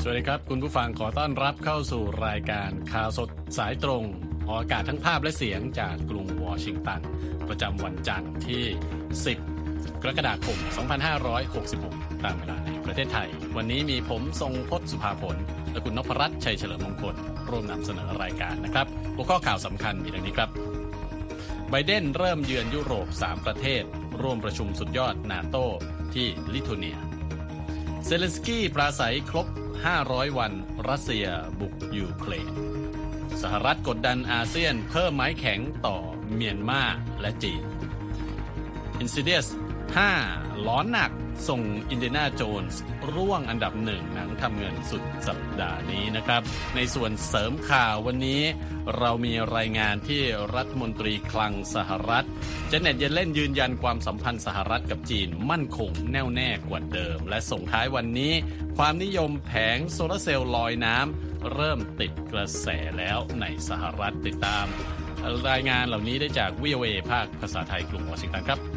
วัสดีครับคุณผู้ฟังขอต้อนรับเข้าสู่รายการข่าวสดสายตรงออกอากาศทั้งภาพและเสียงจากกรุงวอชิงตันประจำวันจันทร์ที่ 10 กรกฎาคม 2566 ตามเวลาในประเทศไทยวันนี้มีผมทรงพจน์สุภาผลและคุณนพรัตน์ชัยเฉลิมมงคลร่วมนำเสนอรายการนะครับหัวข้อข่าวสำคัญมีดังนี้ครับไบเดนเริ่มเยือนยุโรป 3 ประเทศร่วมประชุมสุดยอดนาโต้ที่ลิทัวเนียเซเลนสกี้ปราศัยครบ500 วันรัสเซียบุกยูเครนสหรัฐกดดันอาเซียนเพิ่มไม้แข็งต่อเมียนมาและจีน Insidious 5 ล้อนหนักส่งอินเดียนาโจนส์ร่วงอันดับ1หนังทำเงินสุดสัปดาห์นี้นะครับในส่วนเสริมข่าววันนี้เรามีรายงานที่รัฐมนตรีคลังสหรัฐเจเน็ตเยเลนยืนยันความสัมพันธ์สหรัฐกับจีนมั่นคงแน่วแน่กว่าเดิมและส่งท้ายวันนี้ความนิยมแผงโซลาร์เซลล์ลอยน้ำเริ่มติดกระแสแล้วในสหรัฐติดตามรายงานเหล่านี้ได้จาก VOA ภาคภาษาไทยกรุงวอชิงตันครับ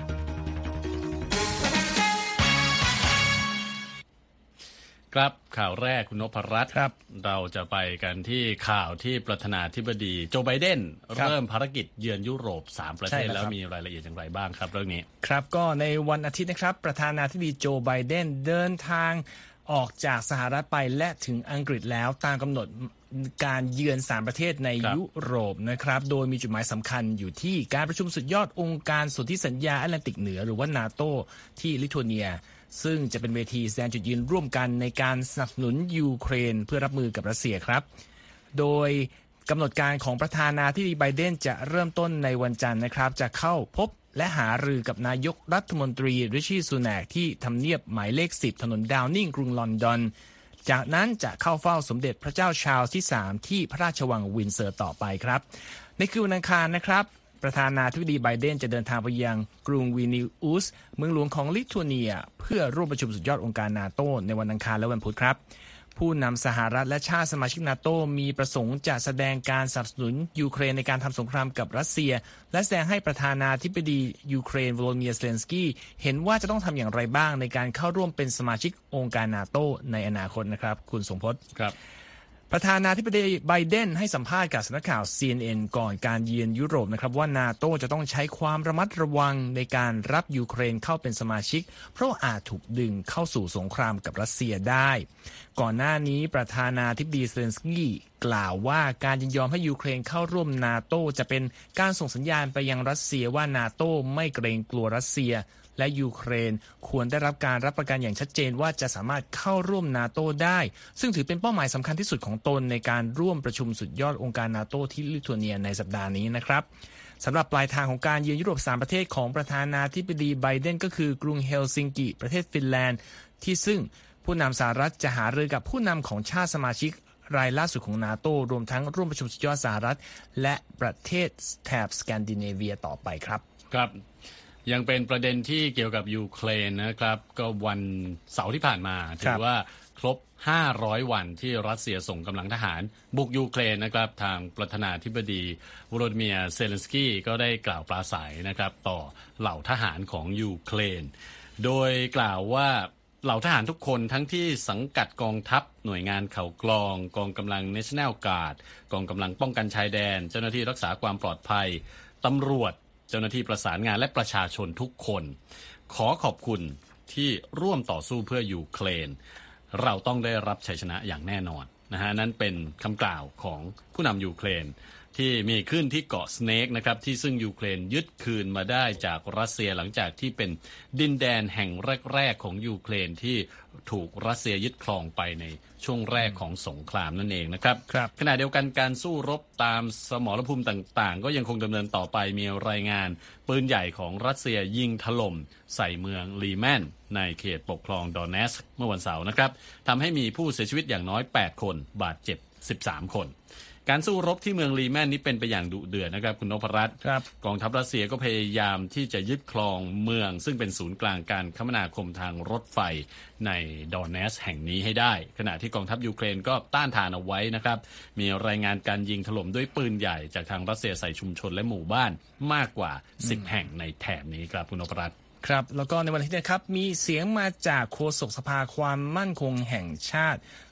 ครับข่าวแรกคุณนพรัตน์ครับเราจะไปกันที่ข่าวที่ประธานาธิบดีโจไบเดนเริ่มภารกิจเยือนยุโรป3ประเทศแล้วมีรายละเอียดอย่างไรบ้างครับเรื่องนี้ครับก็ในวันอาทิตย์นะครับประธานาธิบดีโจไบเดนเดินทางออกจากสหรัฐไปและถึงอังกฤษแล้วตามกำหนดการเยือน3ประเทศในยุโรปนะครับโดยมีจุดหมายสำคัญอยู่ที่การประชุมสุดยอดองค์การสนธิสัญญาแอตแลนติกเหนือหรือว่านาโตที่ลิทัวเนียซึ่งจะเป็นเวทีแสดงจุดยืนร่วมกันในการสนับสนุนยูเครนเพื่อรับมือกับรัสเซียครับโดยกำหนดการของประธานาธิบดีไบเดนจะเริ่มต้นในวันจันทร์นะครับจะเข้าพบและหารือกับนายกรัฐมนตรีริชีซูแนกที่ทำเนียบหมายเลข10ถนนดาวนิงกรุงลอนดอนจากนั้นจะเข้าเฝ้าสมเด็จพระเจ้าชาร์ลส์ที่3ที่พระราชวังวินเซอร์ต่อไปครับในคืนวันอังคารนะครับประธานาธิบดีไบเดนจะเดินทางไปยังกรุงวินิอุสเมืองหลวงของลิทัวเนียเพื่อร่วมประชุมสุดยอดองค์การนาโตในวันอังคารและวันพุธครับผู้นำสหรัฐและชาติสมาชิกนาโตมีประสงค์จะแสดงการสนับสนุนยูเครนในการทำสงครามกับรัสเซียและแสดงให้ประธานาธิบดียูเครนโวโลดิเมียร์ เซเลนสกี้เห็นว่าจะต้องทำอย่างไรบ้างในการเข้าร่วมเป็นสมาชิกองค์การนาโตในอนาคตนะครับคุณสมพจน์ครับประธานาธิบดีไบเดนให้สัมภาษณ์กับสำนักข่าว CNN ก่อนการเยือนยุโรปนะครับว่านาโตจะต้องใช้ความระมัดระวังในการรับยูเครนเข้าเป็นสมาชิกเพราะอาจถูกดึงเข้าสู่สงครามกับรัสเซียได้ก่อนหน้านี้ประธานาธิบดีเซเลนสกี้กล่าวว่าการยินยอมให้ยูเครนเข้าร่วมนาโตจะเป็นการส่งสัญญาณไปยังรัสเซียว่านาโตไม่เกรงกลัวรัสเซียและยูเครนควรได้รับการรับประกันอย่างชัดเจนว่าจะสามารถเข้าร่วมนาโตได้ซึ่งถือเป็นเป้าหมายสำคัญที่สุดของตนในการร่วมประชุมสุดยอดองค์การนาโตที่ลิทัวเนียในสัปดาห์นี้นะครับสำหรับปลายทางของการเยือนยุโรป3ประเทศของประธานาธิบดีไบเดนก็คือกรุงเฮลซิงกิประเทศฟินแลนด์ที่ซึ่งผู้นำสหรัฐจะหารือกับผู้นำของชาติสมาชิกรายล่าสุดของนาโตรวมทั้งร่วมประชุมสุดยอดสหรัฐและประเทศแถบสแกนดิเนเวียต่อไปครับครับยังเป็นประเด็นที่เกี่ยวกับยูเครนนะครับก็วันเสาร์ที่ผ่านมาถือว่าครบ500 วันที่รัสเซียส่งกำลังทหารบุกยูเครนนะครับทางประธานาธิบดีโวโลดิเมียร์ เซเลนสกี้ก็ได้กล่าวปราศัยนะครับต่อเหล่าทหารของยูเครนโดยกล่าวว่าเหล่าทหารทุกคนทั้งที่สังกัดกองทัพหน่วยงานเขากลองกองกำลัง National Guard กองกำลังป้องกันชายแดนเจ้าหน้าที่รักษาความปลอดภัยตำรวจเจ้าหน้าที่ประสานงานและประชาชนทุกคนขอขอบคุณที่ร่วมต่อสู้เพื่อยูเครนเราต้องได้รับชัยชนะอย่างแน่นอนนะฮะนั่นเป็นคำกล่าวของผู้นำยูเครนที่มีขึ้นที่เกาะสเนกนะครับที่ซึ่งยูเครนยึดคืนมาได้จากรัสเซียหลังจากที่เป็นดินแดนแห่งแรกๆของยูเครนที่ถูกรัสเซียยึดครองไปในช่วงแรกของสงครามนั่นเองนะครับขณะเดียวกันการสู้รบตามสมรภูมิต่างๆก็ยังคงดำเนินต่อไปมีรายงานปืนใหญ่ของรัสเซียยิงถล่มใส่เมืองลีแมนในเขตปกครองดอนเนสเมื่อวันเสาร์นะครับทำให้มีผู้เสียชีวิตอย่างน้อย8คนบาดเจ็บ13คนการสู้รบที่เมืองลีแมนนี้เป็นไปอย่างดุเดือดนะครับคุณนพรัตน์กองทัพรัสเซียก็พยายามที่จะยึดครองเมืองซึ่งเป็นศูนย์กลางการคมนาคมทางรถไฟในดอนเนสแห่งนี้ให้ได้ขณะที่กองทัพยูเครนก็ต้านทานเอาไว้นะครับมีรายงานการยิงถล่มด้วยปืนใหญ่จากทางรัสเซียใส่ชุมชนและหมู่บ้านมากกว่า10แห่งในแถบนี้ครับคุณนพรัตน์ครับแล้วก็ในวันอาทิตย์นะครับมีเสียงมาจากโฆษกสภาความมั่นคงแห่งชาติ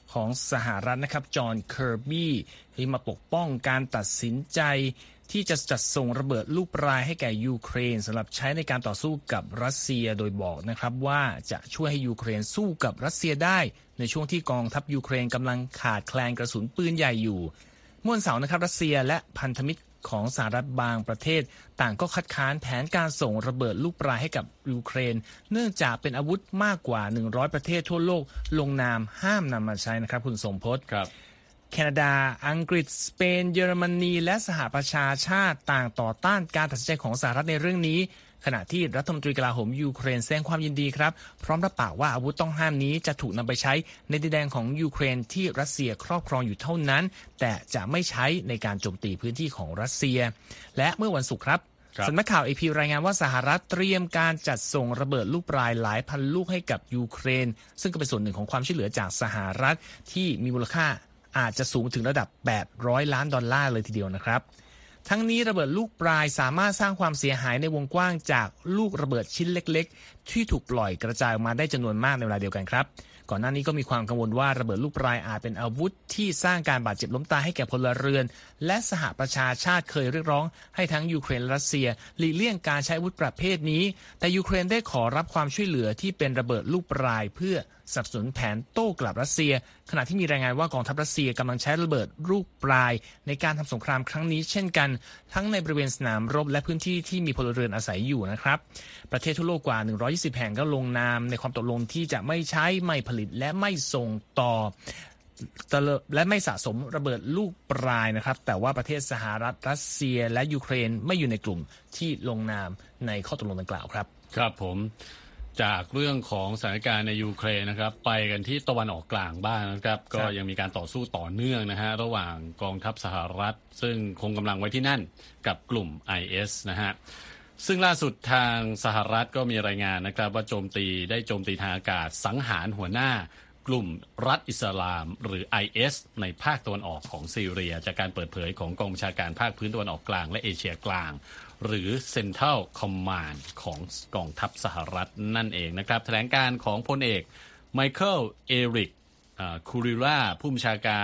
ของสหรัฐนะครับจอห์นเคอร์บี้ที่มาปกป้องการตัดสินใจที่จะจัดส่งระเบิดลูกปลายให้แก่ยูเครนสำหรับใช้ในการต่อสู้กับรัสเซียโดยบอกนะครับว่าจะช่วยให้ยูเครนสู้กับรัสเซียได้ในช่วงที่กองทัพยูเครนกำลังขาดแคลนกระสุนปืนใหญ่อยู่เมื่อวันเสาร์นะครับรัสเซียและพันธมิตรของสหรัฐบางประเทศต่างก็คัดค้านแผนการส่งระเบิดลูกปลายให้กับยูเครนเนื่องจากเป็นอาวุธมากกว่า100ประเทศทั่วโลกลงนามห้ามนำมาใช้นะครับคุณสมพศแคนาดาอังกฤษสเปนเยอรมนีและสหประชาชาติต่างต่อต้านการตัดสินใจของสหรัฐในเรื่องนี้ขณะที่รัฐมนตรีกลาโหมยูเครนแสดงความยินดีครับพร้อมรับปากว่าอาวุธต้องห้ามนี้จะถูกนำไปใช้ในดินแดนของยูเครนที่รัสเซียครอบครองอยู่เท่านั้นแต่จะไม่ใช้ในการโจมตีพื้นที่ของรัสเซียและเมื่อวันศุกร์ครับสำนักข่าว AP รายงานว่าสหรัฐเตรียมการจัดส่งระเบิดลูกปลายหลายพันลูกให้กับยูเครนซึ่งก็เป็นส่วนหนึ่งของความช่วยเหลือจากสหรัฐที่มีมูลค่าอาจจะสูงถึงระดับ$800 ล้านเลยทีเดียวนะครับทั้งนี้ระเบิดลูกปลายสามารถสร้างความเสียหายในวงกว้างจากลูกระเบิดชิ้นเล็กๆที่ถูกปล่อยกระจายออกมาได้จำนวนมากในเวลาเดียวกันครับก่อนหน้านี้ก็มีความกังวลว่าระเบิดลูกปลายอาจเป็นอาวุธที่สร้างการบาดเจ็บล้มตายให้แก่พลเรือนและสหประชาชาติเคยเรียกร้องให้ทั้งยูเครนและรัสเซียหลีกเลี่ยงการใช้อาวุธประเภทนี้แต่ยูเครนได้ขอรับความช่วยเหลือที่เป็นระเบิดลูกปลายเพื่อสนับสนุนแผนโต้กลับรัสเซียขณะที่มีรายงานว่ากองทัพรัสเซียกำลังใช้ระเบิดลูกปลายในการทำสงครามครั้งนี้เช่นกันทั้งในบริเวณสนามรบและพื้นที่ที่มีพลเรือนอาศัยอยู่นะครับประเทศทั่วโลกกว่า120แห่งก็ลงนามในความตกลงที่จะไม่ใช้ไม่ผลิตและไม่ส่งต่อและไม่สะสมระเบิดลูกปลายนะครับแต่ว่าประเทศสหรัฐรัสเซียและยูเครนไม่อยู่ในกลุ่มที่ลงนามในข้อตกลงดังกล่าวครับครับผมจากเรื่องของสถานการณ์ในยูเครนนะครับไปกันที่ตะวันออกกลางบ้างนะครับก็ยังมีการต่อสู้ต่อเนื่องนะฮะระหว่างกองทัพสหรัฐซึ่งคงกำลังไว้ที่นั่นกับกลุ่ม IS นะฮะซึ่งล่าสุดทางสหรัฐก็มีรายงานนะครับว่าโจมตีทางอากาศสังหารหัวหน้ากลุ่มรัฐอิสลามหรือ IS ในภาคตะวันออกของซีเรียจากการเปิดเผยของกองบัญชาการภาคพื้นตะวันออกกลางและเอเชียกลางหรือ Central Command ของกองทัพสหรัฐนั่นเองนะครับแถลงการของพลเอกไมเคิลเอริกคูริล่าผู้บัญชาการ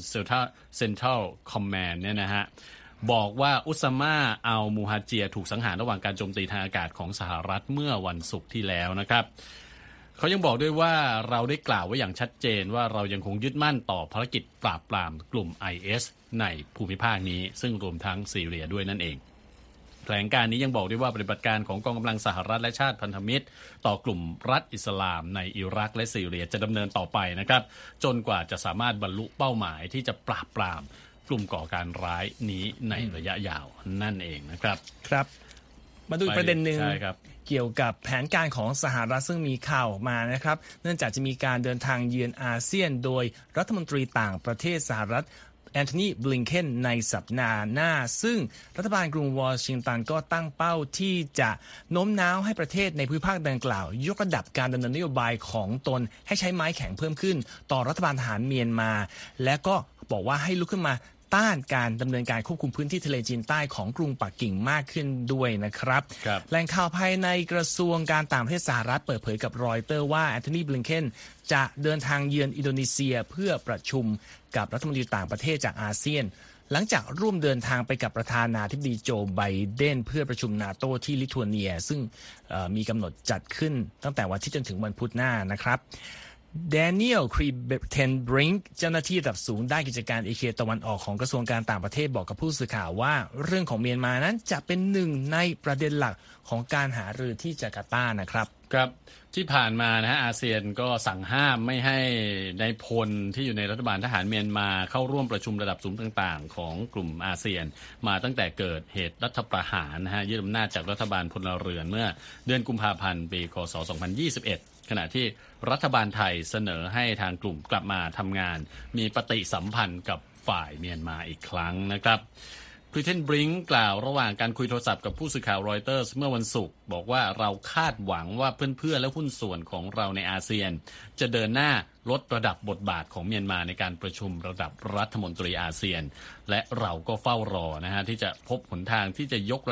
Central Command เนี่ยนะฮะบอกว่าอุซามาอัลมูฮัจเจียถูกสังหารระหว่างการโจมตีทางอากาศของสหรัฐเมื่อวันศุกร์ที่แล้วนะครับเขายังบอกด้วยว่าเราได้กล่าวไว้อย่างชัดเจนว่าเรายังคงยึดมั่นต่อภารกิจปราบปรามกลุ่ม IS ในภูมิภาคนี้ซึ่งรวมทั้งซีเรียด้วยนั่นเองแถลงการนี้ยังบอกด้วยว่าปฏิบัติการของกองกำลังสหรัฐและชาติพันธมิตรต่อกลุ่มรัฐอิสลามในอิรักและซีเรียจะดำเนินต่อไปนะครับจนกว่าจะสามารถบรรลุเป้าหมายที่จะปราบปรามกลุ่มก่อการร้ายนี้ในระยะยาวนั่นเองนะครับครับมาดูประเด็นหนึ่งเกี่ยวกับแผนการของสหรัฐซึ่งมีข่าวมานะครับเนื่องจากจะมีการเดินทางเยือนอาเซียนโดยรัฐมนตรีต่างประเทศสหรัฐแอนโทนีบลิงเคนในสัปดาห์หน้าซึ่งรัฐบาลกรุงวอชิงตันก็ตั้งเป้าที่จะโน้มน้าวให้ประเทศในภูมิภาคดังกล่าวยกระดับการดำเนินนโยบายของตนให้ใช้ไม้แข็งเพิ่มขึ้นต่อรัฐบาลทหารเมียนมาและก็บอกว่าให้ลุกขึ้นมาต้านการดำเนินการควบคุมพื้นที่ทะเลจีนใต้ของกรุงปักกิ่งมากขึ้นด้วยนะครับแหล่งข่าวภายในกระทรวงการต่างประเทศสหรัฐเปิดเผยกับรอยเตอร์ว่าแอนโทนีบลิงเคนจะเดินทางเยือนอินโดนีเซียเพื่อประชุมกับรัฐมนตรีต่างประเทศจากอาเซียนหลังจากร่วมเดินทางไปกับประธานาธิบดีโจไบเดนเพื่อประชุมนาโตที่ลิทัวเนียซึ่งมีกำหนดจัดขึ้นตั้งแต่วันที่จนถึงวันพุธหน้านะครับแดเนียล ครีเทนบริงค์เจ้าหน้าที่ระดับสูงด้านกิจการเอเชียตะวันออกของกระทรวงการต่างประเทศบอกกับผู้สื่อข่าวว่าเรื่องของเมียนมานั้นจะเป็นหนึ่งในประเด็นหลักของการหารือที่จาการ์ตานะครับครับที่ผ่านมานะฮะอาเซียนก็สั่งห้ามไม่ให้นายพลที่อยู่ในรัฐบาลทหารเมียนมาเข้าร่วมประชุมระดับสูงต่างๆของกลุ่มอาเซียนมาตั้งแต่เกิดเหตุรัฐประหารนะฮะยึดอำนาจจากรัฐบาลพลเรือนเมื่อเดือนกุมภาพันธ์ปีคศ2021ขณะที่รัฐบาลไทยเสนอให้ทางกลุ่มกลับมาทำงานมีปฏิสัมพันธ์กับฝ่ายเมียนมาอีกครั้งนะครับครีเทนบริงค์กล่าวระหว่างการคุยโทรศัพท์กับผู้สื่อข่าวรอยเตอร์สเมื่อวันศุกร์บอกว่าเราคาดหวังว่าเพื่อนๆและหุ้นส่วนของเราในอาเซียนจะเดินหน้าลดระดับบทบาทของเมียนมาในการประชุมระดับรัฐมนตรีอาเซียนและเราก็เฝ้ารอนะฮะที่จะพบหนทางที่จะยกระดับ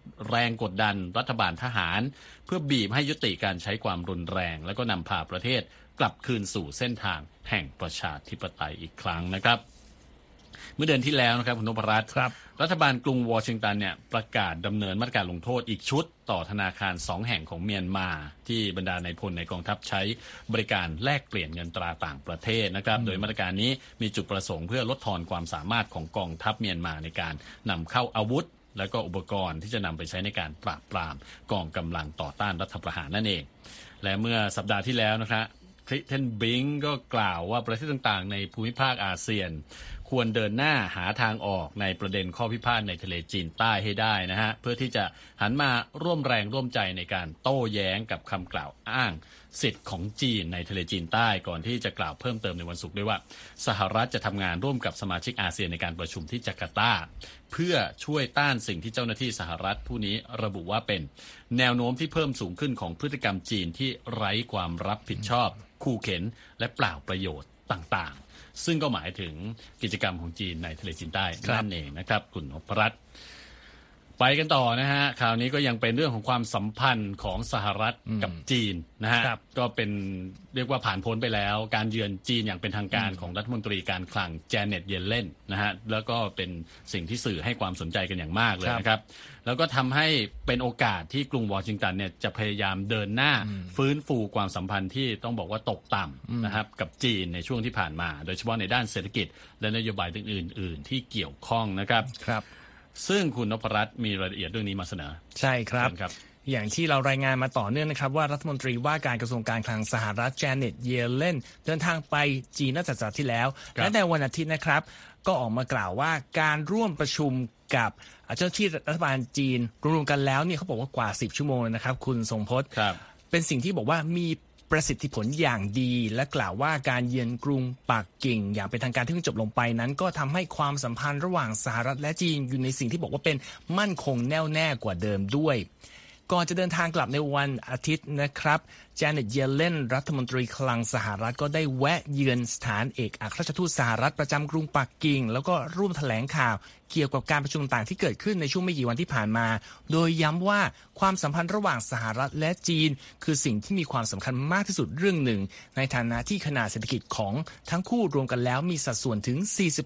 แรงกดดันรัฐบาลทหารเพื่อบีบให้ยุติการใช้ความรุนแรงแล้วก็นำพาประเทศกลับคืนสู่เส้นทางแห่งประชาธิปไตยอีกครั้งนะครับเมื่อเดือนที่แล้วนะครับคุณนพรัตน์รัฐบาลกรุงวอชิงตันเนี่ยประกาศดำเนินมาตรการลงโทษอีกชุดต่อธนาคาร2แห่งของเมียนมาที่บรรดานายพลในกองทัพใช้บริการแลกเปลี่ยนเงินตราต่างประเทศนะครับโดยมาตรการนี้มีจุดประสงค์เพื่อลดทอนความสามารถของกองทัพเมียนมาในการนำเข้าอาวุธและก็อุปกรณ์ที่จะนำไปใช้ในการปราบปรามกองกำลังต่อต้านรัฐประหารนั่นเองและเมื่อสัปดาห์ที่แล้วนะครับคริสเทนบิงก็กล่าวว่าประเทศต่างๆในภูมิภาคอาเซียนควรเดินหน้าหาทางออกในประเด็นข้อพิพาทในทะเลจีนใต้ให้ได้นะฮะเพื่อที่จะหันมาร่วมแรงร่วมใจในการโต้แย้งกับคำกล่าวอ้างสิทธิ์ของจีนในทะเลจีนใต้ก่อนที่จะกล่าวเพิ่มเติมในวันศุกร์ด้วยว่าสหรัฐจะทำงานร่วมกับสมาชิกอาเซียนในการประชุมที่จาการ์ตาเพื่อช่วยต้านสิ่งที่เจ้าหน้าที่สหรัฐผู้นี้ระบุว่าเป็นแนวโน้มที่เพิ่มสูงขึ้นของพฤติกรรมจีนที่ไร้ความรับผิดชอบขู่เข็นและเปล่าประโยชน์ต่างๆซึ่งก็หมายถึงกิจกรรมของจีนในทะเลจีนใต้นั่นเองนะครับคุณนพรัตน์ไปกันต่อนะฮะคราวนี้ก็ยังเป็นเรื่องของความสัมพันธ์ของสหรัฐกับจีนนะฮะก็เป็นเรียกว่าผ่านพ้นไปแล้วการเยือนจีนอย่างเป็นทางการของรัฐมนตรีการคลังแจเน็ตเยเลนนะฮะแล้วก็เป็นสิ่งที่สื่อให้ความสนใจกันอย่างมากเลยนะครับแล้วก็ทำให้เป็นโอกาสที่กรุงวอชิงตันเนี่ยจะพยายามเดินหน้าฟื้นฟูความสัมพันธ์ที่ต้องบอกว่าตกต่ำนะครับกับจีนในช่วงที่ผ่านมาโดยเฉพาะในด้านเศรษฐกิจและนโยบายอื่นๆที่เกี่ยวข้องนะครับซึ่งคุณนพรัตน์มีรายละเอียดเรื่องนี้มาเสนอใช่ครับอย่างที่เรารายงานมาต่อเนื่องนะครับว่ารัฐมนตรีว่าการกระทรวงการคลังสหรัฐแจเน็ตเยเลนเดินทางไปจีนตั้งแต่สัปดาห์ที่แล้วและในวันอาทิตย์นะครับก็ออกมากล่าวว่าการร่วมประชุมกับเจ้าที่รัฐบาลจีนรวมกันแล้วเนี่ยเขาบอกว่ากว่า10ชั่วโมงเลยนะครับคุณทรงพจน์เป็นสิ่งที่บอกว่ามีประสิทธิผลอย่างดีและกล่าวว่าการเยือนกรุงปักกิ่งอย่างเป็นทางการที่เพิ่งจบลงไปนั้นก็ทำให้ความสัมพันธ์ระหว่างสหรัฐและจีนอยู่ในสิ่งที่บอกว่าเป็นมั่นคงแน่วแน่กว่าเดิมด้วยก่อนจะเดินทางกลับในวันอาทิตย์นะครับแจเน็ตเยเลนรัฐมนตรีคลังสหรัฐก็ได้แวะเยือนสถานเอกอัครราชทูตสหรัฐประจำกรุงปักกิ่งแล้วก็ร่วมแถลงข่าวเกี่ยวกับการประชุมต่างที่เกิดขึ้นในช่วงไม่กี่วันที่ผ่านมาโดยย้ำว่าความสัมพันธ์ระหว่างสหรัฐและจีนคือสิ่งที่มีความสำคัญมากที่สุดเรื่องหนึ่งในฐานะที่ขนาดเศรษฐกิจของทั้งคู่รวมกันแล้วมีสัดส่วนถึง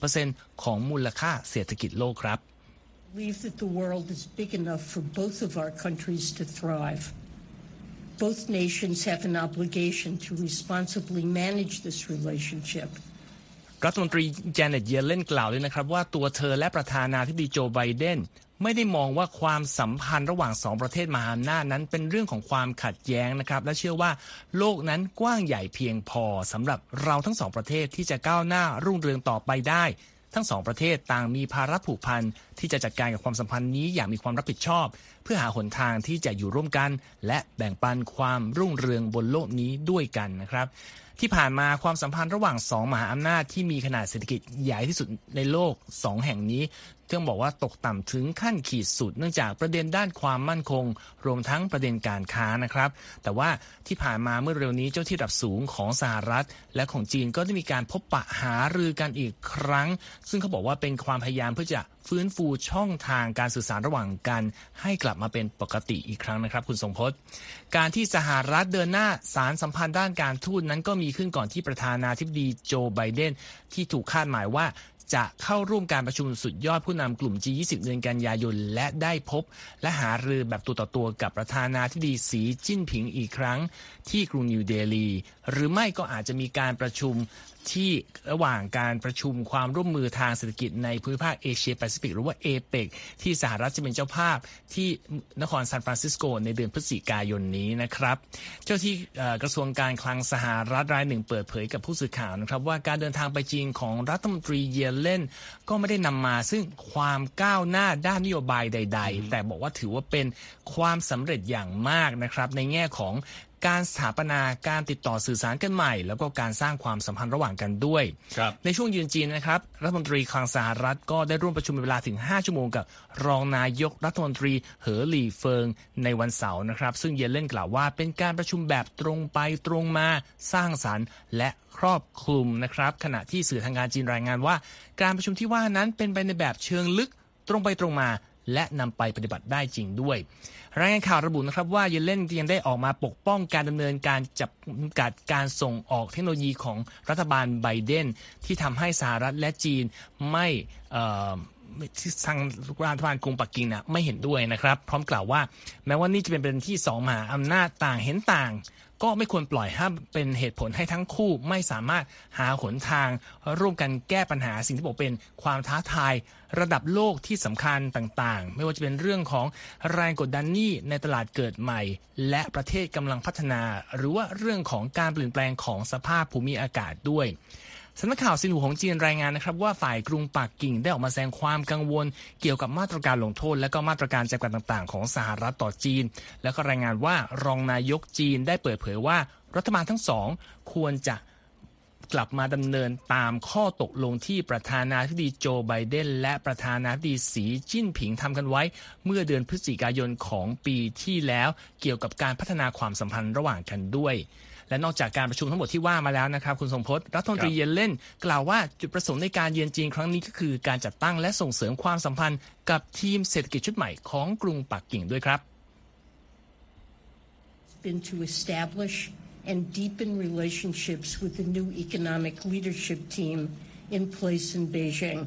40% ของมูลค่าเศรษฐกิจโลกครับ I believe that the world is big enough for both of our countries to thrive. Both nations have an obligation to responsibly manage this relationship. รัฐมนตรีแจเน็ตเยเลนกล่าวเลยนะครับว่าตัวเธอและประธานาธิบดีโจไบเดนไม่ได้มองว่าความสัมพันธ์ระหว่าง2ประเทศมหาอำนาจนั้นเป็นเรื่องของความขัดแย้งนะครับและเชื่อว่าโลกนั้นกว้างใหญ่เพียงพอสำหรับเราทั้ง2ประเทศที่จะก้าวหน้ารุ่งเรืองต่อไปได้ทั้ง2ประเทศต่างมีภาระผูกพันที่จะจัดการกับความสัมพันธ์นี้อย่างมีความรับผิดชอบเพื่อหาหนทางที่จะอยู่ร่วมกันและแบ่งปันความรุ่งเรืองบนโลกนี้ด้วยกันนะครับที่ผ่านมาความสัมพันธ์ระหว่าง2มหาอำนาจที่มีขนาดเศรษฐกิจใหญ่ที่สุดในโลก2แห่งนี้ต้องบอกว่าตกต่ำถึงขั้นขีดสุดเนื่องจากประเด็นด้านความมั่นคงรวมทั้งประเด็นการค้านะครับแต่ว่าที่ผ่านมาเมื่อเร็วนี้เจ้าที่ระดับสูงของสหรัฐและของจีนก็ได้มีการพบปะหารือกันอีกครั้งซึ่งเขาบอกว่าเป็นความพยายามเพื่อจะฟื้นฟูช่องทางการสื่อสารระหว่างกันให้กลับมาเป็นปกติอีกครั้งนะครับคุณทรงพจน์การที่สหรัฐเดินหน้าสารสัมพันธ์ด้านการทูตนั้นก็มีขึ้นก่อนที่ประธานาธิบดีโจไบเดนที่ถูกคาดหมายว่าจะเข้าร่วมการประชุมสุดยอดผู้นำกลุ่ม G20 เดือนกันยายนและได้พบและหารือแบบตัวต่อตัวกับประธานาธิบดีสีจิ้นผิงอีกครั้งที่กรุงนิวเดลีหรือไม่ก็อาจจะมีการประชุมที่ระหว่างการประชุมความร่วมมือทางเศรษฐกิจในภูมิภาคเอเชียแปซิฟิกหรือว่าเอเปกที่สหรัฐจะเป็นเจ้าภาพที่นครซานฟรานซิสโกในเดือนพฤศจิกายนนี้นะครับเจ้าที่กระทรวงการคลังสหรัฐรายหนึ่งเปิดเผยกับผู้สื่อข่าวนะครับว่าการเดินทางไปจีนของรัฐมนตรีเยเลนก็ไม่ได้นำมาซึ่งความก้าวหน้าด้านนโยบายใดๆแต่บอกว่าถือว่าเป็นความสำเร็จอย่างมากนะครับในแง่ของการสถาปนาการติดต่อสื่อสารกันใหม่แล้วก็การสร้างความสัมพันธ์ระหว่างกันด้วยในช่วงยืนจีนนะครับรัฐมนตรีคลังสหรัฐก็ได้ร่วมประชุมเป็นเวลาถึง5ชั่วโมงกับรองนายกรัฐมนตรีเหอหลี่เฟิงในวันเสาร์นะครับซึ่งเยเลนกล่าวว่าเป็นการประชุมแบบตรงไปตรงมาสร้างสรรค์และครอบคลุมนะครับขณะที่สื่อทางการจีนรายงานว่าการประชุมที่ว่านั้นเป็นไปในแบบเชิงลึกตรงไปตรงมาและนำไปปฏิบัติได้จริงด้วยรายงานข่าวระบุนะครับว่าเยเลนยังได้ออกมาปกป้องการดำเนินการจับกัดการส่งออกเทคโนโลยีของรัฐบาลไบเดนที่ทำให้สหรัฐและจีนไม่ที่ทางรัฐบาลกรุงปักกิ่งไม่เห็นด้วยนะครับพร้อมกล่าวว่าแม้ว่านี่จะเป็นประเด็นที่2มหาอำนาจต่างเห็นต่างก็ไม่ควรปล่อยให้เป็นเหตุผลให้ทั้งคู่ไม่สามารถหาหนทางร่วมกันแก้ปัญหาสิ่งที่บอกเป็นความท้าทายระดับโลกที่สำคัญต่างๆไม่ว่าจะเป็นเรื่องของแรงกดดันหนี้ในตลาดเกิดใหม่และประเทศกำลังพัฒนาหรือว่าเรื่องของการเปลี่ยนแปลงของสภาพภูมิอากาศด้วยสำนักข่าวซินหัวของจีนรายงานนะครับว่าฝ่ายกรุงปักกิ่งได้ออกมาแสดงความกังวลเกี่ยวกับมาตรการลงโทษและก็มาตรการจำกัดต่างๆของสหรัฐต่อจีนแล้วก็รายงานว่ารองนายกจีนได้เปิดเผยว่ารัฐบาลทั้งสองควรจะกลับมาดำเนินตามข้อตกลงที่ประธานาธิบดีโจไบเดนและประธานาธิบดีสีจิ้นผิงทำกันไว้เมื่อเดือนพฤศจิกายนของปีที่แล้วเกี่ยวกับการพัฒนาความสัมพันธ์ระหว่างกันด้วยและนอกจากการประชุมทั้งหมดที่ว่ามาแล้วนะครับคุณทรงพจน์รัฐมนตรีเยเลนกล่าวว่าจุดประสงค์ในการเยือนจีนครั้งนี้ก็คือการจัดตั้งและส่งเสริมความสัมพันธ์กับทีมเศรษฐกิจชุดใหม่ของกรุงปักกิ่งด้วยครับ been to establish and deepen relationships with the new economic leadership team in place in Beijing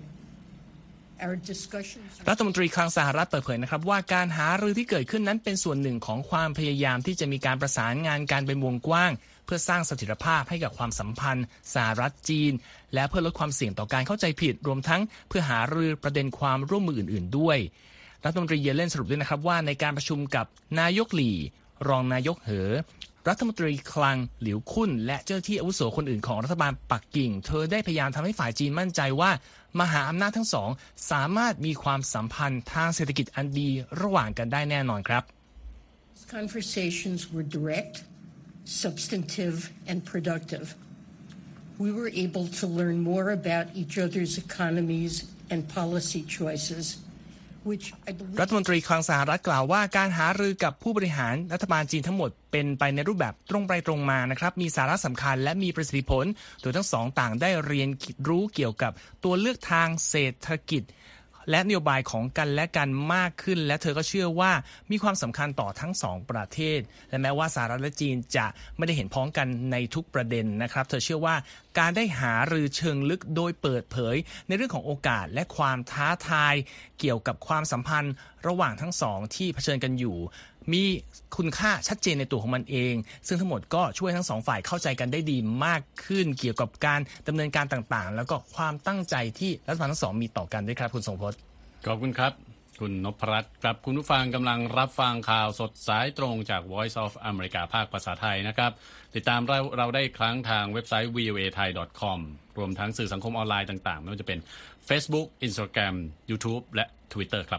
รัฐมนตรีคลังสหรัฐเปิดเผยนะครับว่าการหารือที่เกิดขึ้นนั้นเป็นส่วนหนึ่งของความพยายามที่จะมีการประสานงานการเป็นวงกว้างเพื่อสร้างเสถียรภาพให้กับความสัมพันธ์สหรัฐจีนและเพื่อลดความเสี่ยงต่อการเข้าใจผิดรวมทั้งเพื่อหารือประเด็นความร่วมมืออื่นๆด้วยรัฐมนตรีเยเลนสรุปด้วยนะครับว่าในการประชุมกับนายกหลี่รองนายกเหอรัฐมนตรีคลังหลิวคุ้นและเจ้าหน้าที่อาวุโสคนอื่นของรัฐบาลปักกิ่งเธอได้พยายามทำให้ฝ่ายจีนมั่นใจว่ามหาอำนาจทั้งสองสามารถมีความสัมพันธ์ทางเศรษฐกิจอันดีระหว่างกันได้แน่นอนครับ Conversations were direct, substantive, and productive. We were able to learn more about each other's economies and policy choices. รัฐมนตรีคลังสหรัฐกล่าวว่าการหารือกับผู้บริหารรัฐบาลจีนทั้งหมดเป็นไปในรูปแบบตรงไปตรงมานะครับมีสาระสำคัญและมีประสิทธิผลโดยทั้งสองต่างได้เรียนรู้เกี่ยวกับตัวเลือกทางเศรษฐกิจและนโยบายของกันและกันมากขึ้นและเธอก็เชื่อว่ามีความสำคัญต่อทั้งสองประเทศและแม้ว่าสหรัฐและจีนจะไม่ได้เห็นพ้องกันในทุกประเด็นนะครับเธอเชื่อว่าการได้หารือเชิงลึกโดยเปิดเผยในเรื่องของโอกาสและความท้าทายเกี่ยวกับความสัมพันธ์ระหว่างทั้งสองที่เผชิญกันอยู่มีคุณค่าชัดเจนในตัวของมันเองซึ่งทั้งหมดก็ช่วยทั้งสองฝ่ายเข้าใจกันได้ดีมากขึ้นเกี่ยวกับการดำเนินการต่างๆแล้วก็ความตั้งใจที่รัฐบาลทั้งสองมีต่อกันด้วยครับคุณทรงพจน์ขอบคุณครับคุณนพรัตน์ครับคุณผู้ฟังกำลังรับฟังข่าวสดสายตรงจาก Voice of America ภาคภาษาไทยนะครับติดตามเราได้ครั้งทางเว็บไซต์ voathai.com รวมทั้งสื่อสังคมออนไลน์ต่างๆไม่ว่าจะเป็น Facebook Instagram YouTube และ Twitter ครับ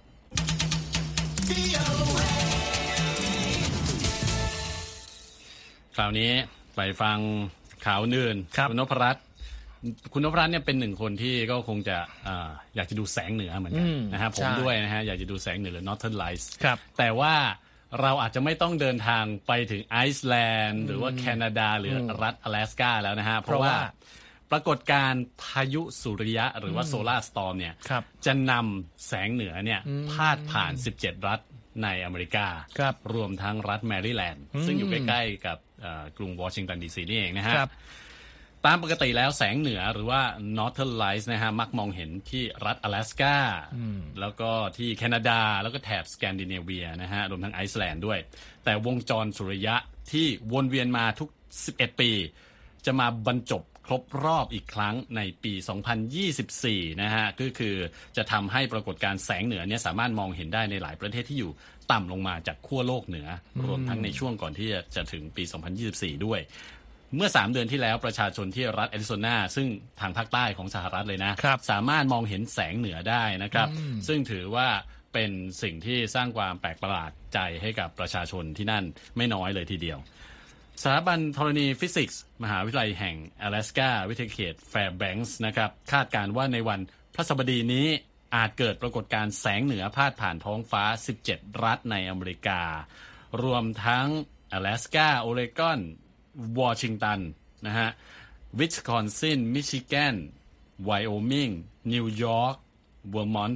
คราวนี้ไปฟังข่าวอื่นคุณนพรัตน์เนี่ยเป็นหนึ่งคนที่ก็คงจะอยากจะดูแสงเหนือเหมือนกันนะฮะผมด้วยนะฮะอยากจะดูแสงเหนือหรือ Northern Lights แต่ว่าเราอาจจะไม่ต้องเดินทางไปถึงไอซ์แลนด์หรือว่าแคนาดาหรือรัฐอลาสก้าแล้วนะฮะเพราะว่าปรากฏการณ์พายุสุริยะหรือว่าโซลาร์สตอร์มเนี่ยจะนำแสงเหนือเนี่ยพาดผ่าน17รัฐในอเมริการวมทั้งรัฐแมริแลนด์ซึ่งอยู่ใกล้ๆกับกรุงวอชิงตันดีซีนี่เองนะฮะตามปกติแล้วแสงเหนือหรือว่า Northern Lights นะฮะมักมองเห็นที่รัฐอลาสก้าแล้วก็ที่แคนาดาแล้วก็แถบสแกนดิเนเวียนะฮะรวมทั้งไอซ์แลนด์ด้วยแต่วงจรสุริยะที่วนเวียนมาทุก11ปีจะมาบรรจบครบรอบอีกครั้งในปี 2024 นะฮะก็คือจะทำให้ปรากฏการณ์แสงเหนือเนี่ยสามารถมองเห็นได้ในหลายประเทศที่อยู่ต่ำลงมาจากขั้วโลกเหนือรวมทั้งในช่วงก่อนที่จะถึงปี 2024 ด้วยเมื่อ3เดือนที่แล้วประชาชนที่รัฐแอริโซนาซึ่งทางภาคใต้ของสหรัฐเลยนะสามารถมองเห็นแสงเหนือได้นะครับซึ่งถือว่าเป็นสิ่งที่สร้างความแปลกประหลาดใจให้กับประชาชนที่นั่นไม่น้อยเลยทีเดียวสถาบันธรณีฟิสิกส์มหาวิทยาลัยแห่งอลาสกาวิทยาเขตแฟร์แบงค์นะครับคาดการณ์ว่าในวันพฤหัสบดีนี้อาจเกิดปรากฏการณ์แสงเหนือพาดผ่านท้องฟ้า17รัฐในอเมริการวมทั้งอลาสกาโอเรกอนวอชิงตันนะฮะวิสคอนซินมิชิแกนไวโอมิงนิวยอร์กเวอร์มอนต์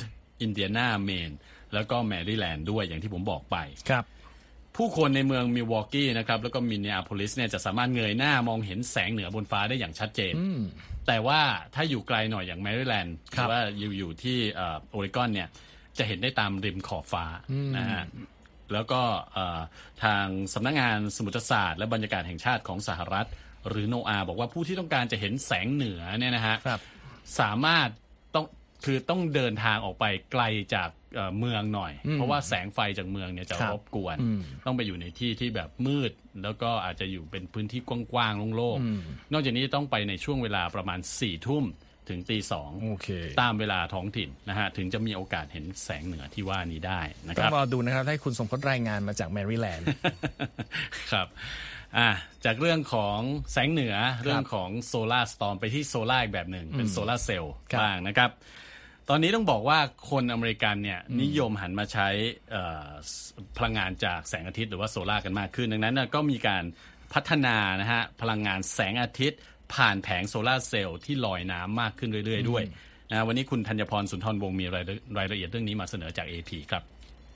อินเดียนาเมนแล้วก็แมริแลนด์ด้วยอย่างที่ผมบอกไปครับผู้คนในเมืองมิลวอกกี้นะครับแล้วก็มินนีอาโพลิสเนี่ยจะสามารถเงยหน้ามองเห็นแสงเหนือบนฟ้าได้อย่างชัดเจนแต่ว่าถ้าอยู่ไกลหน่อยอย่างแมริแลนด์หรือว่าอยู่ที่โอเรกอนเนี่ยจะเห็นได้ตามริมขอบฟ้านะฮะแล้วก็ทางสำนักงานสมุทรศาสตร์และบรรยากาศแห่งชาติของสหรัฐหรือโนอาบอกว่าผู้ที่ต้องการจะเห็นแสงเหนือเนี่ยนะฮะสามารถต้องเดินทางออกไปไกลจากเมืองหน่อยเพราะว่าแสงไฟจากเมืองเนี่ยจะรบกวนต้องไปอยู่ในที่ที่แบบมืดแล้วก็อาจจะอยู่เป็นพื้นที่กว้างๆโล่งๆนอกจากนี้ต้องไปในช่วงเวลาประมาณ 4 ทุ่มถึงตี 2ตามเวลาท้องถิ่นนะฮะถึงจะมีโอกาสเห็นแสงเหนือที่ว่านี้ได้นะครับต้องรอดูนะครับให้คุณสมพจน์รายงานมาจากแมริแลนด์ครับจากเรื่องของแสงเหนือเรื่องของโซลาร์สตอร์มไปที่โซลาร์อีกแบบหนึ่งเป็นโซลาร์เซลล์บ้างนะครับตอนนี้ต้องบอกว่าคนอเมริกันเนี่ยนิยมหันมาใช้พลังงานจากแสงอาทิตย์หรือว่าโซลาร์กันมากขึ้นดังนั้นก็มีการพัฒนานะฮะพลังงานแสงอาทิตย์ผ่านแผงโซลาร์เซลล์ที่ลอยน้ำมากขึ้นเรื่อยๆด้วยนะวันนี้คุณธัญพรสุนทรวงศ์มีรายละเอียดเรื่องนี้มาเสนอจาก AP ครับ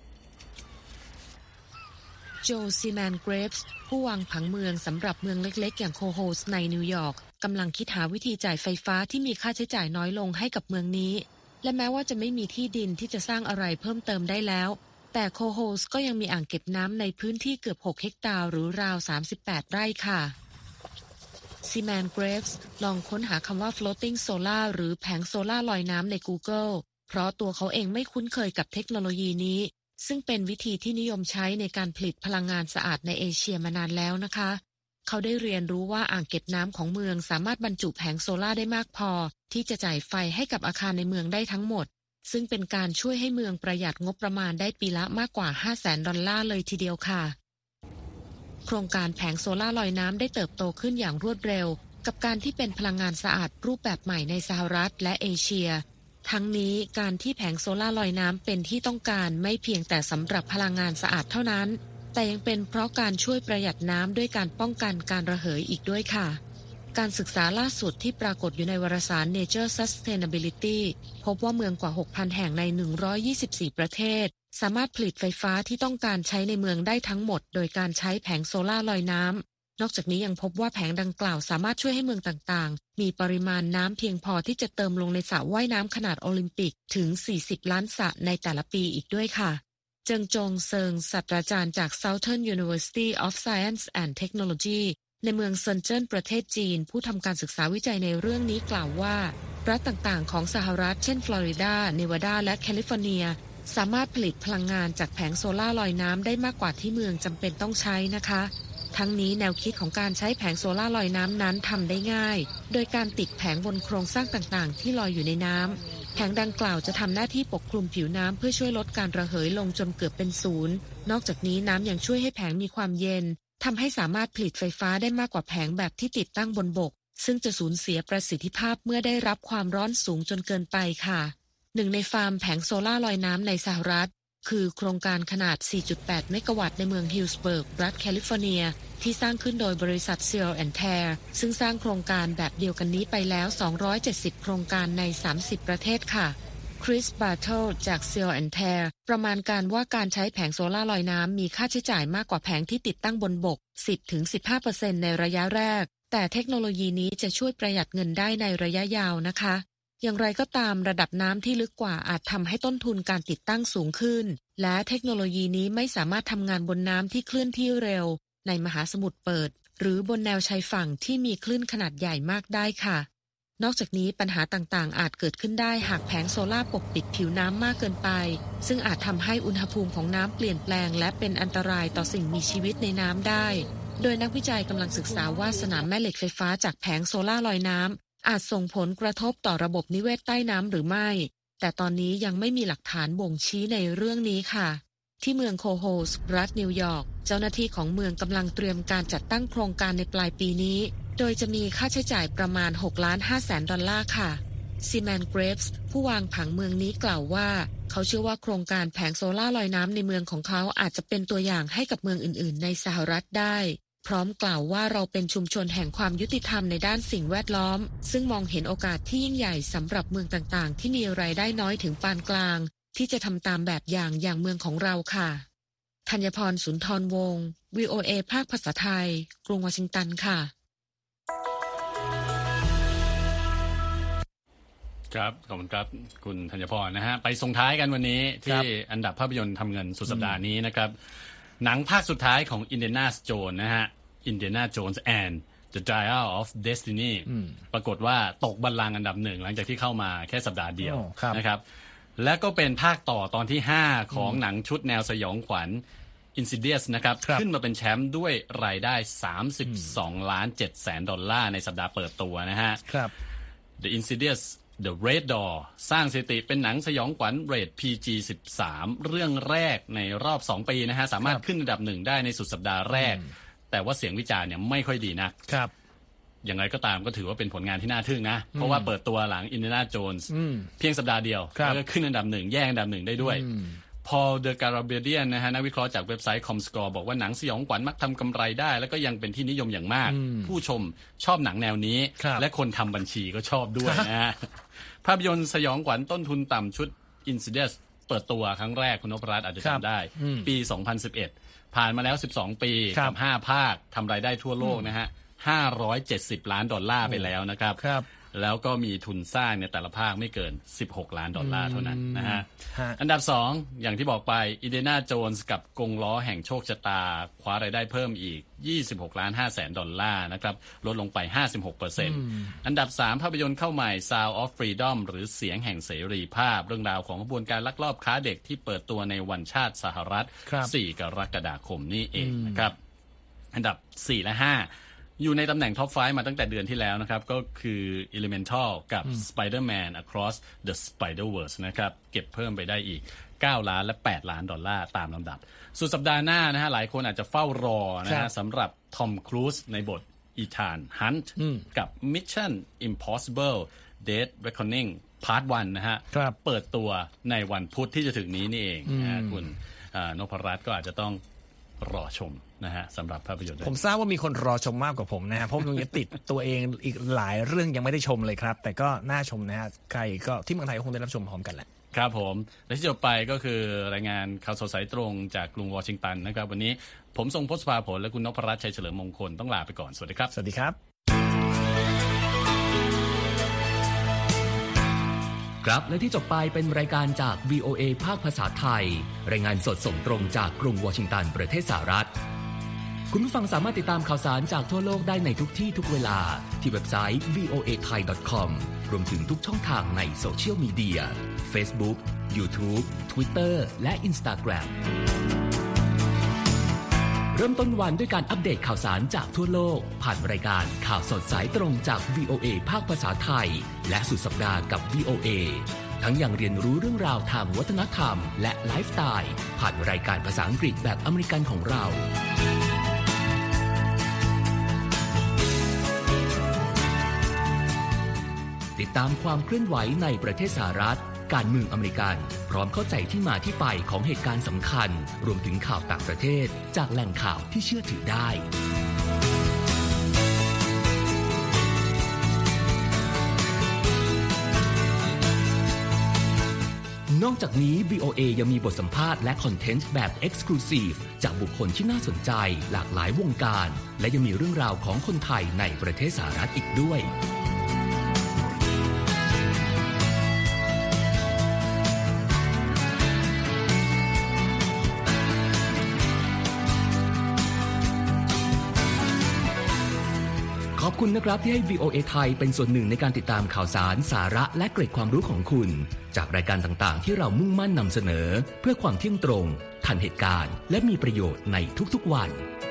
โจซีแมนเกรฟส์ผู้วางผังเมืองสำหรับเมืองเล็กๆอย่างโคโฮสในนิวยอร์กกำลังคิดหาวิธีจ่ายไฟฟ้าที่มีค่าใช้จ่ายน้อยลงให้กับเมืองนี้และแม้ว่าจะไม่มีที่ดินที่จะสร้างอะไรเพิ่มเติมได้แล้วแต่โคโฮสก็ยังมีอ่างเก็บน้ำในพื้นที่เกือบ6 เฮกตาร์หรือราว38 ไร่ค่ะซีแมนเกรฟส์ลองค้นหาคำว่า floating solar หรือแผงโซล่าลอยน้ำใน Google เพราะตัวเขาเองไม่คุ้นเคยกับเทคโนโลยีนี้ซึ่งเป็นวิธีที่นิยมใช้ในการผลิตพลังงานสะอาดในเอเชียมานานแล้วนะคะเขาได้เรียนรู้ว่าอ่างเก็บน้ำของเมืองสามารถบรรจุแผงโซล่าได้มากพอที่จะจ่ายไฟให้กับอาคารในเมืองได้ทั้งหมดซึ่งเป็นการช่วยให้เมืองประหยัดงบประมาณได้ปีละมากกว่า $500,000 เลยทีเดียวค่ะโครงการแผงโซล่าลอยน้ำได้เติบโตขึ้นอย่างรวดเร็วกับการที่เป็นพลังงานสะอาดรูปแบบใหม่ในสหรัฐและเอเชียทั้งนี้การที่แผงโซล่าลอยน้ำเป็นที่ต้องการไม่เพียงแต่สำหรับพลังงานสะอาดเท่านั้นแต่ยังเป็นเพราะการช่วยประหยัดน้ำด้วยการป้องกันการระเหยอีกด้วยค่ะการศึกษาล่าสุดที่ปรากฏอยู่ในวารสาร Nature Sustainability พบว่าเมืองกว่า 6,000 แห่งใน124 ประเทศสามารถผลิตไฟฟ้าที่ต้องการใช้ในเมืองได้ทั้งหมดโดยการใช้แผงโซล่าลอยน้ำนอกจากนี้ยังพบว่าแผงดังกล่าวสามารถช่วยให้เมืองต่างๆมีปริมาณน้ำเพียงพอที่จะเติมลงในสระว่ายน้ำขนาดโอลิมปิกถึง40 ล้านสระในแต่ละปีอีกด้วยค่ะเจิงจงเซิงศาสตราจารย์จาก Southern University of Science and Technology ในเมืองเซินเจิ้นประเทศจีนผู้ทำการศึกษาวิจัยในเรื่องนี้กล่าวว่ารัฐต่างๆของสหรัฐเช่นฟลอริดาเนวาดาและแคลิฟอร์เนียสามารถผลิตพลังงานจากแผงโซล่าลอยน้ำได้มากกว่าที่เมืองจำเป็นต้องใช้นะคะทั้งนี้แนวคิดของการใช้แผงโซล่าลอยน้ำนั้นทำได้ง่ายโดยการติดแผงบนโครงสร้างต่างๆที่ลอยอยู่ในน้ำแผงดังกล่าวจะทำหน้าที่ปกคลุมผิวน้ำเพื่อช่วยลดการระเหยลงจนเกือบเป็นศูนย์นอกจากนี้น้ำยังช่วยให้แผงมีความเย็นทำให้สามารถผลิตไฟฟ้าได้มากกว่าแผงแบบที่ติดตั้งบนบกซึ่งจะสูญเสียประสิทธิภาพเมื่อได้รับความร้อนสูงจนเกินไปค่ะหนึ่งในฟาร์มแผงโซล่าลอยน้ำในสหรัฐคือโครงการขนาด 4.8 เมกะวัตต์ในเมืองฮิลส์เบิร์กรัฐแคลิฟอร์เนียที่สร้างขึ้นโดยบริษัท Searle & Tear ซึ่งสร้างโครงการแบบเดียวกันนี้ไปแล้ว270โครงการใน30ประเทศค่ะคริส บาร์เทิลจาก Searle & Tear ประมาณการว่าการใช้แผงโซล่าลอยน้ำมีค่าใช้จ่ายมากกว่าแผงที่ติดตั้งบนบก 10-15% ในระยะแรกแต่เทคโนโลยีนี้จะช่วยประหยัดเงินได้ในระยะยาวนะคะอย่างไรก็ตามระดับน้ำที่ลึกกว่าอาจทำให้ต้นทุนการติดตั้งสูงขึ้นและเทคโนโลยีนี้ไม่สามารถทำงานบนน้ำที่เคลื่อนที่เร็วในมหาสมุทรเปิดหรือบนแนวชายฝั่งที่มีคลื่นขนาดใหญ่มากได้ค่ะนอกจากนี้ปัญหาต่างๆอาจเกิดขึ้นได้หากแผงโซล่าปกปิดผิวน้ำมากเกินไปซึ่งอาจทำให้อุณหภูมิของน้ำเปลี่ยนแปลงและเป็นอันตรายต่อสิ่งมีชีวิตในน้ำได้โดยนักวิจัยกำลังศึกษาว่าสนามแม่เหล็กไฟฟ้าจากแผงโซล่าลอยน้ำอาจส่งผลกระทบต่อระบบนิเวศใต้น้ำหรือไม่แต่ตอนนี้ยังไม่มีหลักฐานบ่งชี้ในเรื่องนี้ค่ะที่เมืองโคโฮสรัฐนิวยอร์กเจ้าหน้าที่ของเมืองกำลังเตรียมการจัดตั้งโครงการในปลายปีนี้โดยจะมีค่าใช้จ่ายประมาณ$6,500,000ค่ะซีแมนเกรฟส์ผู้วางผังเมืองนี้กล่าวว่าเขาเชื่อว่าโครงการแผงโซล่าลอยน้ำในเมืองของเขาอาจจะเป็นตัวอย่างให้กับเมืองอื่นๆในสหรัฐได้พร้อมกล่าวว่าเราเป็นชุมชนแห่งความยุติธรรมในด้านสิ่งแวดล้อมซึ่งมองเห็นโอกาสที่ยิ่งใหญ่สำหรับเมืองต่างๆที่มีรายได้น้อยถึงปานกลางที่จะทำตามแบบอย่างเมืองของเราค่ะธัญพร สุนทรวงศ์ VOA ภาคภาษาไทยกรุงวอชิงตันค่ะครับขอบคุณครับคุณธัญพรนะฮะไปส่งท้ายกันวันนี้ที่อันดับภาพยนตร์ทำเงินสุดสัปดาห์นี้นะครับหนังภาคสุดท้ายของ Indiana Jones นะฮะ Indiana Jones and The Dial of Destiny ปรากฏว่าตกบัลลังก์อันดับหนึ่งหลังจากที่เข้ามาแค่สัปดาห์เดียวนะครับและก็เป็นภาคต่อตอนที่5ของหนังชุดแนวสยองขวัญ Insidious นะครับขึ้นมาเป็นแชมป์ด้วยรายได้$32.7 ในสัปดาห์เปิดตัวนะฮะ The Insidious The Red Door สร้างสถิติเป็นหนังสยองขวัญเรท PG-13 เรื่องแรกในรอบ2 ปีนะฮะสามารถขึ้นอันดับ1ได้ในสุดสัปดาห์แรกแต่ว่าเสียงวิจารณ์เนี่ยไม่ค่อยดีนักอย่างไรก็ตามก็ถือว่าเป็นผลงานที่น่าทึ่งนะเพราะว่าเปิดตัวหลัง Indiana Jones เพียงสัปดาห์เดียวแล้วก็ขึ้นอันดับ1แย่งอันดับ1ได้ด้วยพอเดอะการาเบียนนะฮะนักวิเคราะห์จากเว็บไซต์ ComScore บอกว่าหนังสยองขวัญมักทำกำไรได้แล้วก็ยังเป็นที่นิยมอย่างมากผู้ชมชอบหนังแนวนี้และคนทำบัญชีก็ชอบด้วยนะฮะภาพยนตร์สยองขวัญต้นทุนต่ำชุด Insidious เปิดตัวครั้งแรกคุณนพรัตน์อาจจะจำได้ปี 2011 ผ่านมาแล้ว12 ปีกับ5 ภาคทำรายได้ทั่วโลกนะฮะ$570 ล้านไปแล้วนะครับแล้วก็มีทุนสร้างในแต่ละภาคไม่เกิน$16 ล้านเท่านั้นนะฮะอันดับ2อย่างที่บอกไป Indiana Jones กับกงล้อแห่งโชคชะตาคว้ารายได้เพิ่มอีก$26.5 นะครับลดลงไป 56% อันดับ3ภาพยนตร์เข้าใหม่ Sound of Freedom หรือเสียงแห่งเสรีภาพเรื่องราวของขบวนการลักลอบค้าเด็กที่เปิดตัวในวันชาติสหรัฐ4 กรกฎาคมนี้เองนะครับอันดับ4และ5อยู่ในตำแหน่งท็อป 5 มาตั้งแต่เดือนที่แล้วนะครับก็คือ Elemental กับ Spider-Man Across the Spider-Verse นะครับเก็บเพิ่มไปได้อีก$9 ล้านและ$8 ล้านตามลำดับสุดสัปดาห์หน้านะฮะหลายคนอาจจะเฝ้ารอนะฮะสำหรับทอมครูซในบทอีธานฮันต์กับ Mission Impossible Dead Reckoning Part 1 นะฮะเปิดตัวในวันพุธที่จะถึงนี้นี่เองนะคุณนพรัตน์ก็อาจจะต้องรอชมนะฮะสำหรับภาพยนตร์ผมทราบว่ามีคนรอชมมากกว่าผมนะฮะเพราะผมยังติดตัวเองอีกหลายเรื่องยังไม่ได้ชมเลยครับแต่ก็น่าชมนะฮะใครก็ที่เมืองไทยก็คงได้รับชมพร้อมกันแหละครับผมและที่จบไปก็คือรายงานข่าวสดสายตรงจากกรุงวอชิงตันนะครับวันนี้ผมทรงพจน์ ภาผลและคุณนพรัตน์ ชัยเฉลิมมงคลต้องลาไปก่อนสวัสดีครับสวัสดีครับครับและที่จบไปเป็นรายการจาก VOA ภาคภาษาไทยรายงานสดส่งตรงจากกรุงวอชิงตันประเทศสหรัฐคุณผู้ฟังสามารถติดตามข่าวสารจากทั่วโลกได้ในทุกที่ทุกเวลาที่เว็บไซต์ voathai.com รวมถึงทุกช่องทางในโซเชียลมีเดีย Facebook, YouTube, Twitter และ Instagram เริ่มต้นวันด้วยการอัปเดตข่าวสารจากทั่วโลกผ่านรายการข่าวสดสายตรงจาก VOA ภาคภาษาไทยและสุดสัปดาห์กับ VOA ทั้งยังเรียนรู้เรื่องราวทางวัฒนธรรมและไลฟ์สไตล์ผ่านรายการภาษาอังกฤษแบบอเมริกันของเราติดตามความเคลื่อนไหวในประเทศสหรัฐการเมืองอเมริกันพร้อมเข้าใจที่มาที่ไปของเหตุการณ์สำคัญรวมถึงข่าวต่างประเทศจากแหล่งข่าวที่เชื่อถือได้นอกจากนี้ VOA ยังมีบทสัมภาษณ์และคอนเทนต์แบบ Exclusive จากบุคคลที่น่าสนใจหลากหลายวงการและยังมีเรื่องราวของคนไทยในประเทศสหรัฐอีกด้วยขอบคุณนะครับที่ให้ VOA ไทยเป็นส่วนหนึ่งในการติดตามข่าวสารสาระและเกร็ดความรู้ของคุณจากรายการต่างๆที่เรามุ่งมั่นนำเสนอเพื่อความเที่ยงตรงทันเหตุการณ์และมีประโยชน์ในทุกๆวัน